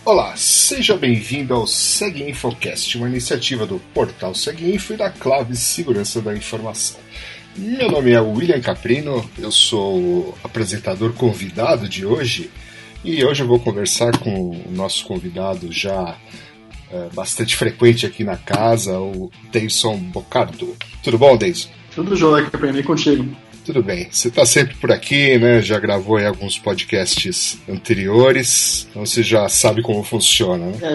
Olá, seja bem-vindo ao SegInfoCast, uma iniciativa do portal SegInfo e da Claves Segurança da Informação. Meu nome é William Caprino, eu sou o apresentador convidado de hoje e hoje eu vou conversar com o nosso convidado já bastante frequente aqui na casa, o Deison Bocardo. Tudo bom, Deison? Tudo jóia, Caprino, e contigo? Tudo bem, você está sempre por aqui, né? Já gravou em alguns podcasts anteriores, então você já sabe como funciona, né?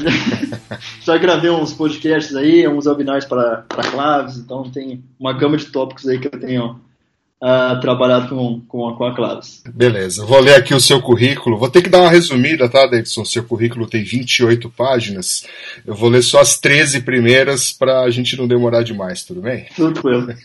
Já gravei uns podcasts aí, uns webinars para Claves, então tem uma gama de tópicos aí que eu tenho trabalhado com a Claves. Beleza, vou ler aqui o seu currículo, vou ter que dar uma resumida, tá, Davidson? Seu currículo tem 28 páginas, eu vou ler só as 13 primeiras para a gente não demorar demais, tudo bem? Tudo bem.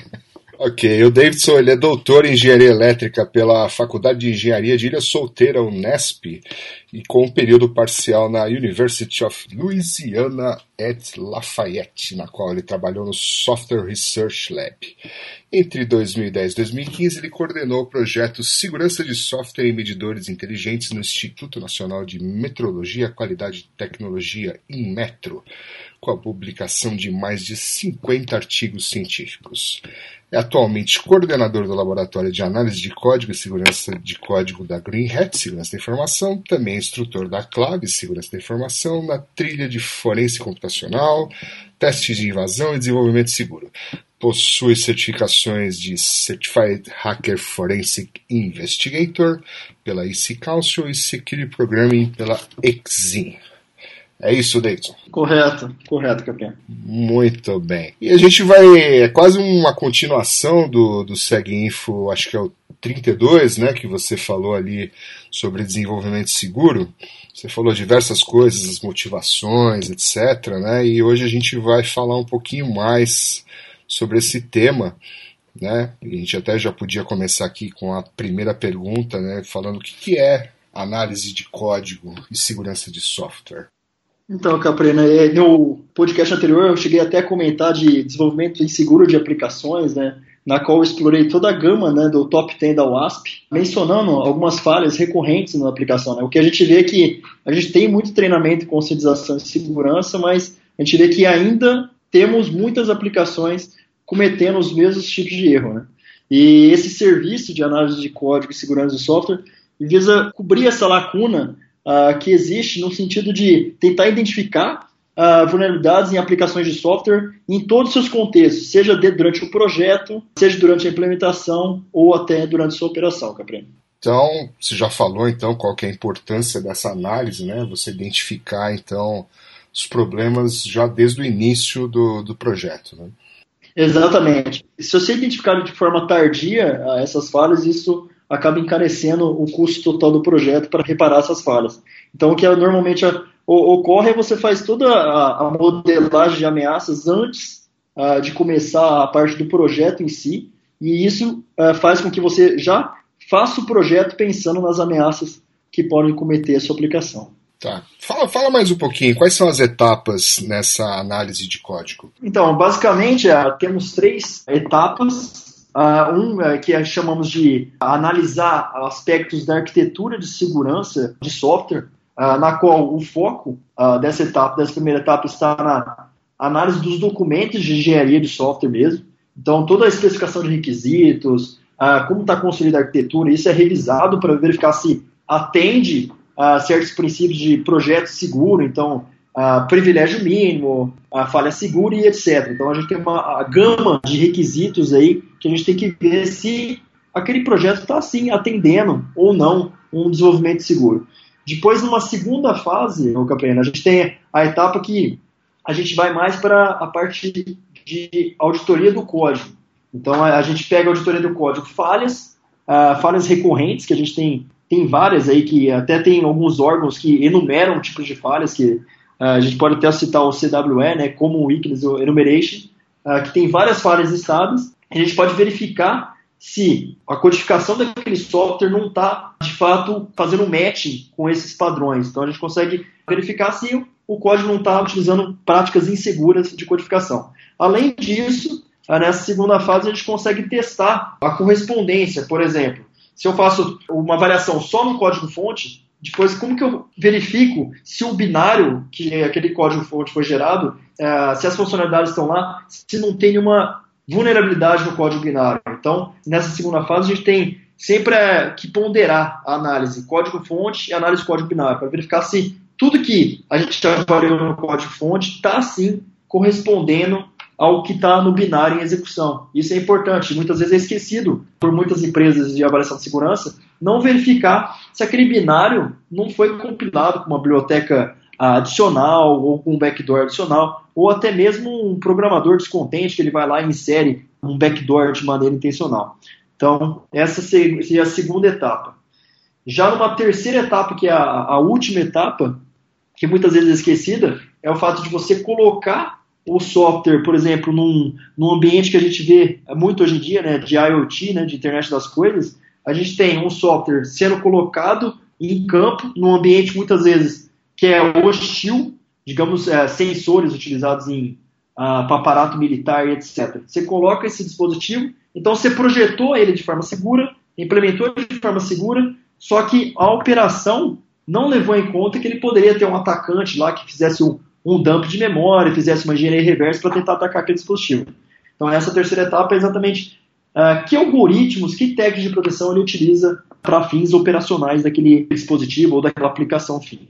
Ok, o Davidson ele é doutor em Engenharia Elétrica pela Faculdade de Engenharia de Ilha Solteira, Unesp, e com um período parcial na University of Louisiana at Lafayette, na qual ele trabalhou no Software Research Lab. Entre 2010 e 2015, ele coordenou o projeto Segurança de Software e Medidores Inteligentes no Instituto Nacional de Metrologia, Qualidade e Tecnologia, INMetro, com a publicação de mais de 50 artigos científicos. É atualmente coordenador do Laboratório de Análise de Código e Segurança de Código da Green Hat, Segurança da Informação, também é instrutor da Claves, Segurança da Informação, na trilha de Forense Computacional, Testes de Invasão e Desenvolvimento Seguro. Possui certificações de Certified Hacker Forensic Investigator pela EC Council e Security Programming pela Exim. É isso, Davidson? Correto, Gabriel. Muito bem. E a gente vai, é quase uma continuação do SegInfo, acho que é o 32, né, que você falou ali sobre desenvolvimento seguro. Você falou diversas coisas, as motivações, etc, né, e hoje a gente vai falar um pouquinho mais sobre esse tema, né, e a gente até já podia começar aqui com a primeira pergunta, né, falando o que é análise de código e segurança de software. Então, Caprina, no podcast anterior eu cheguei até a comentar de desenvolvimento inseguro de aplicações, né, na qual eu explorei toda a gama, né, do top 10 da WASP, mencionando algumas falhas recorrentes na aplicação. Né. O que a gente vê é que a gente tem muito treinamento e conscientização de segurança, mas a gente vê que ainda temos muitas aplicações cometendo os mesmos tipos de erro. Né. E esse serviço de análise de código e segurança de software visa cobrir essa lacuna que existe no sentido de tentar identificar vulnerabilidades em aplicações de software em todos os seus contextos, seja durante o projeto, seja durante a implementação ou até durante a sua operação, Caprino. Então, você já falou então qual que é a importância dessa análise, né? Você identificar então os problemas já desde o início do projeto, né? Exatamente. Se você identificar de forma tardia essas falhas, isso acaba encarecendo o custo total do projeto para reparar essas falhas. Então, o que normalmente ocorre é você faz toda a modelagem de ameaças antes de começar a parte do projeto em si, e isso faz com que você já faça o projeto pensando nas ameaças que podem cometer a sua aplicação. Tá. Fala mais um pouquinho, quais são as etapas nessa análise de código? Então, basicamente, temos 3 etapas. Que chamamos de analisar aspectos da arquitetura de segurança de software, na qual o foco dessa primeira etapa está na análise dos documentos de engenharia de software mesmo. Então, toda a especificação de requisitos, como está construída a arquitetura, isso é revisado para verificar se atende a certos princípios de projeto seguro, então privilégio mínimo, a falha segura e etc. Então a gente tem uma gama de requisitos aí que a gente tem que ver se aquele projeto está assim atendendo ou não um desenvolvimento seguro. Depois, numa segunda fase, Caprina, a gente tem a etapa que a gente vai mais para a parte de auditoria do código. Então a gente pega a auditoria do código, falhas recorrentes, que a gente tem várias aí, que até tem alguns órgãos que enumeram tipos de falhas, que a gente pode até citar o CWE, né, Common Weakness Enumeration, que tem várias falhas listadas. A gente pode verificar se a codificação daquele software não está, de fato, fazendo match com esses padrões. Então, a gente consegue verificar se o código não está utilizando práticas inseguras de codificação. Além disso, nessa segunda fase, a gente consegue testar a correspondência. Por exemplo, se eu faço uma variação só no código-fonte, Depois, como que eu verifico se o binário, que aquele código-fonte foi gerado, se as funcionalidades estão lá, se não tem nenhuma vulnerabilidade no código binário. Então, nessa segunda fase, a gente tem sempre que ponderar a análise código-fonte e análise código binário, para verificar se tudo que a gente avaliou no código-fonte está, sim, correspondendo ao que está no binário em execução. Isso é importante. Muitas vezes é esquecido por muitas empresas de avaliação de segurança não verificar se aquele binário não foi compilado com uma biblioteca adicional ou com um backdoor adicional, ou até mesmo um programador descontente que ele vai lá e insere um backdoor de maneira intencional. Então, essa seria a segunda etapa. Já numa terceira etapa, que é a última etapa, que muitas vezes é esquecida, é o fato de você colocar o software, por exemplo, num ambiente que a gente vê muito hoje em dia, né, de IoT, né, de internet das coisas. A gente tem um software sendo colocado em campo, num ambiente muitas vezes que é hostil, digamos, sensores utilizados para aparato militar e etc. Você coloca esse dispositivo, então você projetou ele de forma segura, implementou ele de forma segura, só que a operação não levou em conta que ele poderia ter um atacante lá que fizesse um dump de memória, fizesse uma engenharia reversa para tentar atacar aquele dispositivo. Então essa terceira etapa é exatamente que algoritmos, que técnicas de proteção ele utiliza para fins operacionais daquele dispositivo ou daquela aplicação fim.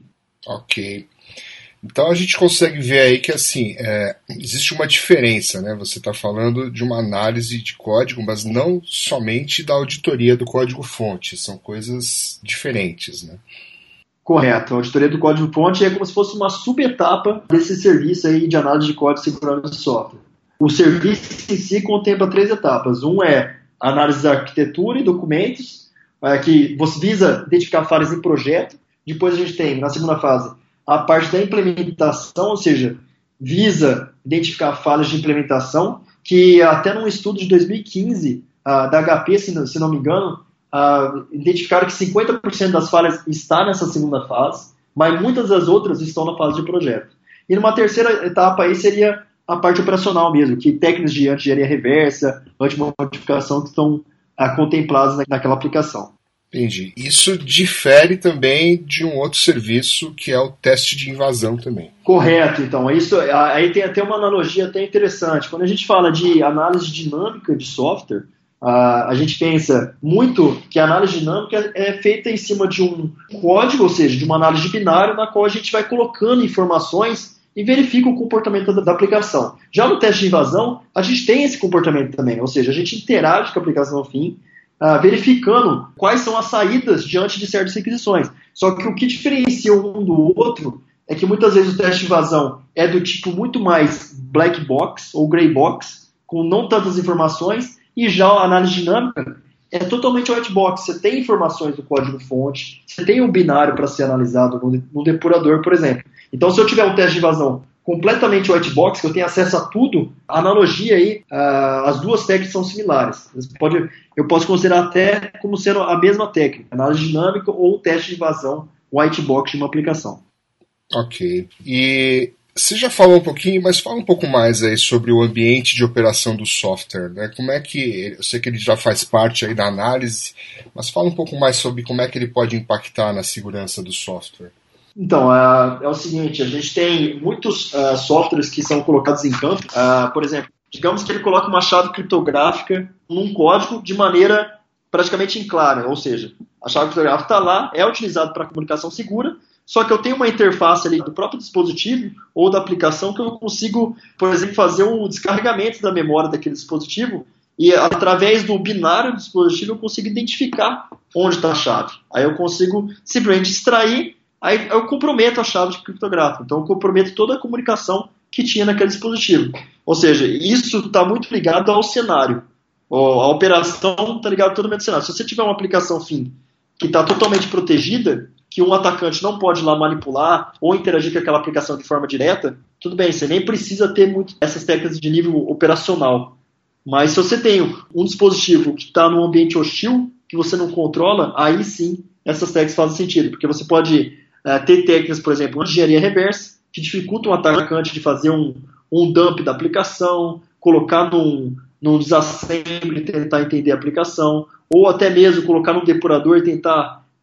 Ok. Então a gente consegue ver aí que assim, existe uma diferença, né? Você está falando de uma análise de código, mas não somente da auditoria do código-fonte, são coisas diferentes, né? Correto. A auditoria do código-fonte é como se fosse uma subetapa desse serviço aí de análise de código e segurança de software. O serviço em si contempla 3 etapas. Um é a análise da arquitetura e documentos, que você visa identificar falhas em projeto. Depois a gente tem, na segunda fase, a parte da implementação, ou seja, visa identificar falhas de implementação, que até num estudo de 2015, da HP, se não me engano, identificaram que 50% das falhas está nessa segunda fase, mas muitas das outras estão na fase de projeto. E numa terceira etapa aí seria a parte operacional mesmo, que técnicas de anti-engenharia reversa, anti-modificação que estão contempladas naquela aplicação. Entendi. Isso difere também de um outro serviço que é o teste de invasão também. Correto, então. Isso, aí tem até uma analogia até interessante. Quando a gente fala de análise dinâmica de software, a gente pensa muito que a análise dinâmica é feita em cima de um código, ou seja, de uma análise de binário, na qual a gente vai colocando informações e verifica o comportamento da aplicação. Já no teste de invasão, a gente tem esse comportamento também, ou seja, a gente interage com a aplicação ao fim, verificando quais são as saídas diante de certas requisições. Só que o que diferencia um do outro é que muitas vezes o teste de invasão é do tipo muito mais black box ou gray box, com não tantas informações, e já a análise dinâmica é totalmente white box. Você tem informações do código-fonte, você tem um binário para ser analisado no depurador, por exemplo. Então, se eu tiver um teste de invasão completamente white box, que eu tenho acesso a tudo, a analogia aí, as duas técnicas são similares. Eu posso considerar até como sendo a mesma técnica, análise dinâmica ou teste de invasão white box de uma aplicação. Ok. E você já falou um pouquinho, mas fala um pouco mais aí sobre o ambiente de operação do software, né? Como é que, eu sei que ele já faz parte aí da análise, mas fala um pouco mais sobre como é que ele pode impactar na segurança do software. Então, é o seguinte, a gente tem muitos softwares que são colocados em campo. Por exemplo, digamos que ele coloca uma chave criptográfica num código de maneira praticamente inclara, ou seja, a chave criptográfica está lá, é utilizada para comunicação segura, só que eu tenho uma interface ali do próprio dispositivo ou da aplicação que eu consigo, por exemplo, fazer um descarregamento da memória daquele dispositivo e através do binário do dispositivo eu consigo identificar onde está a chave. Aí eu consigo simplesmente extrair. Aí eu comprometo a chave criptográfica. Então eu comprometo toda a comunicação que tinha naquele dispositivo. Ou seja, isso está muito ligado ao cenário. A operação está ligada totalmente ao cenário. Se você tiver uma aplicação fim que está totalmente protegida, que um atacante não pode ir lá manipular ou interagir com aquela aplicação de forma direta, tudo bem, você nem precisa ter muito essas técnicas de nível operacional. Mas se você tem um dispositivo que está num ambiente hostil, que você não controla, aí sim essas técnicas fazem sentido. Porque você pode ter técnicas, por exemplo, engenharia reversa, que dificultam o atacante de fazer um dump da aplicação, colocar num disassembly e tentar entender a aplicação, ou até mesmo colocar num depurador e tentar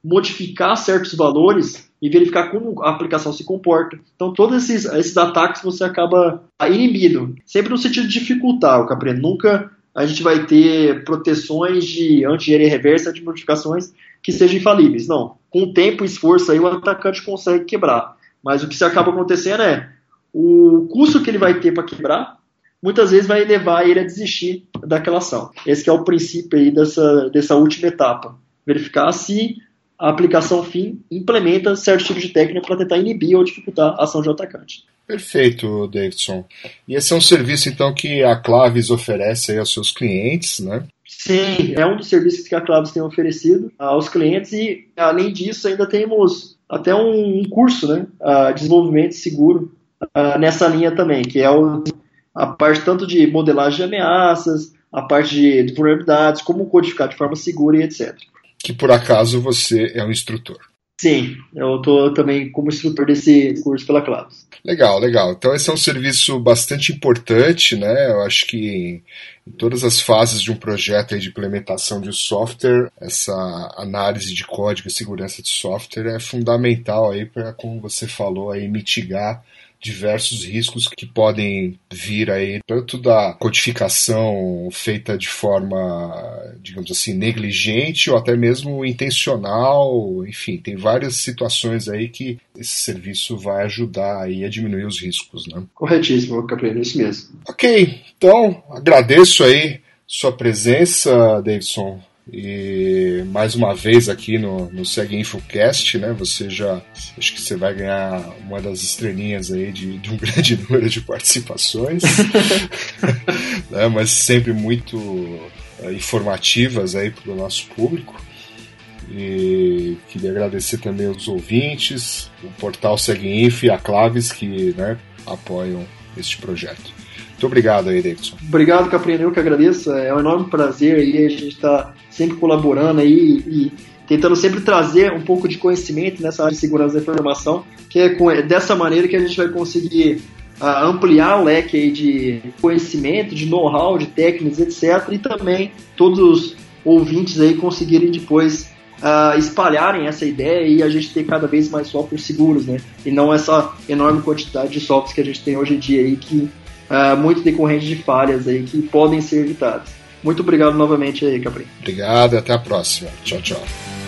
modificar certos valores e verificar como a aplicação se comporta. Então, todos esses ataques você acaba inibindo. Sempre no sentido de dificultar, Capri. Nunca a gente vai ter proteções de anti-engenharia reversa, de modificações que sejam infalíveis. Não. Com o tempo e esforço aí, o atacante consegue quebrar. Mas o que acaba acontecendo é o custo que ele vai ter para quebrar, muitas vezes vai levar ele a desistir daquela ação. Esse que é o princípio aí dessa última etapa. Verificar se a aplicação fim implementa certo tipo de técnica para tentar inibir ou dificultar a ação de um atacante. Perfeito, Davidson. E esse é um serviço, então, que a Claves oferece aí aos seus clientes, né? Sim, é um dos serviços que a Claves tem oferecido aos clientes e, além disso, ainda temos até um curso, né, desenvolvimento seguro nessa linha também, que é a parte tanto de modelagem de ameaças, a parte de vulnerabilidades, como codificar de forma segura e etc. Que por acaso você é um instrutor. Sim, eu estou também como instrutor desse curso pela Claves. Legal, legal. Então esse é um serviço bastante importante, né? Eu acho que em todas as fases de um projeto aí de implementação de software, essa análise de código e segurança de software é fundamental aí para, como você falou, aí mitigar diversos riscos que podem vir aí, tanto da codificação feita de forma, digamos assim, negligente ou até mesmo intencional. Enfim, tem várias situações aí que esse serviço vai ajudar aí a diminuir os riscos, né? Corretíssimo, Capri, isso mesmo. Ok, então agradeço aí sua presença, Davidson. E mais uma vez aqui no Segue InfoCast, né? Acho que você vai ganhar uma das estrelinhas aí de um grande número de participações, né? Mas sempre muito informativas aí para o nosso público. E queria agradecer também aos ouvintes, o portal Segue Info e a Claves que, né, apoiam este projeto. Muito obrigado aí, Davidson. Obrigado, Caprino, eu que agradeço. É um enorme prazer aí, a gente está sempre colaborando aí e tentando sempre trazer um pouco de conhecimento nessa área de segurança da informação, que é dessa maneira que a gente vai conseguir ampliar o leque aí de conhecimento, de know-how, de técnicas, etc. E também todos os ouvintes aí conseguirem depois espalharem essa ideia e a gente ter cada vez mais softwares seguros, né? E não essa enorme quantidade de softwares que a gente tem hoje em dia aí que muito decorrente de falhas aí que podem ser evitadas. Muito obrigado novamente aí, Capri. Obrigado e até a próxima. Tchau, tchau.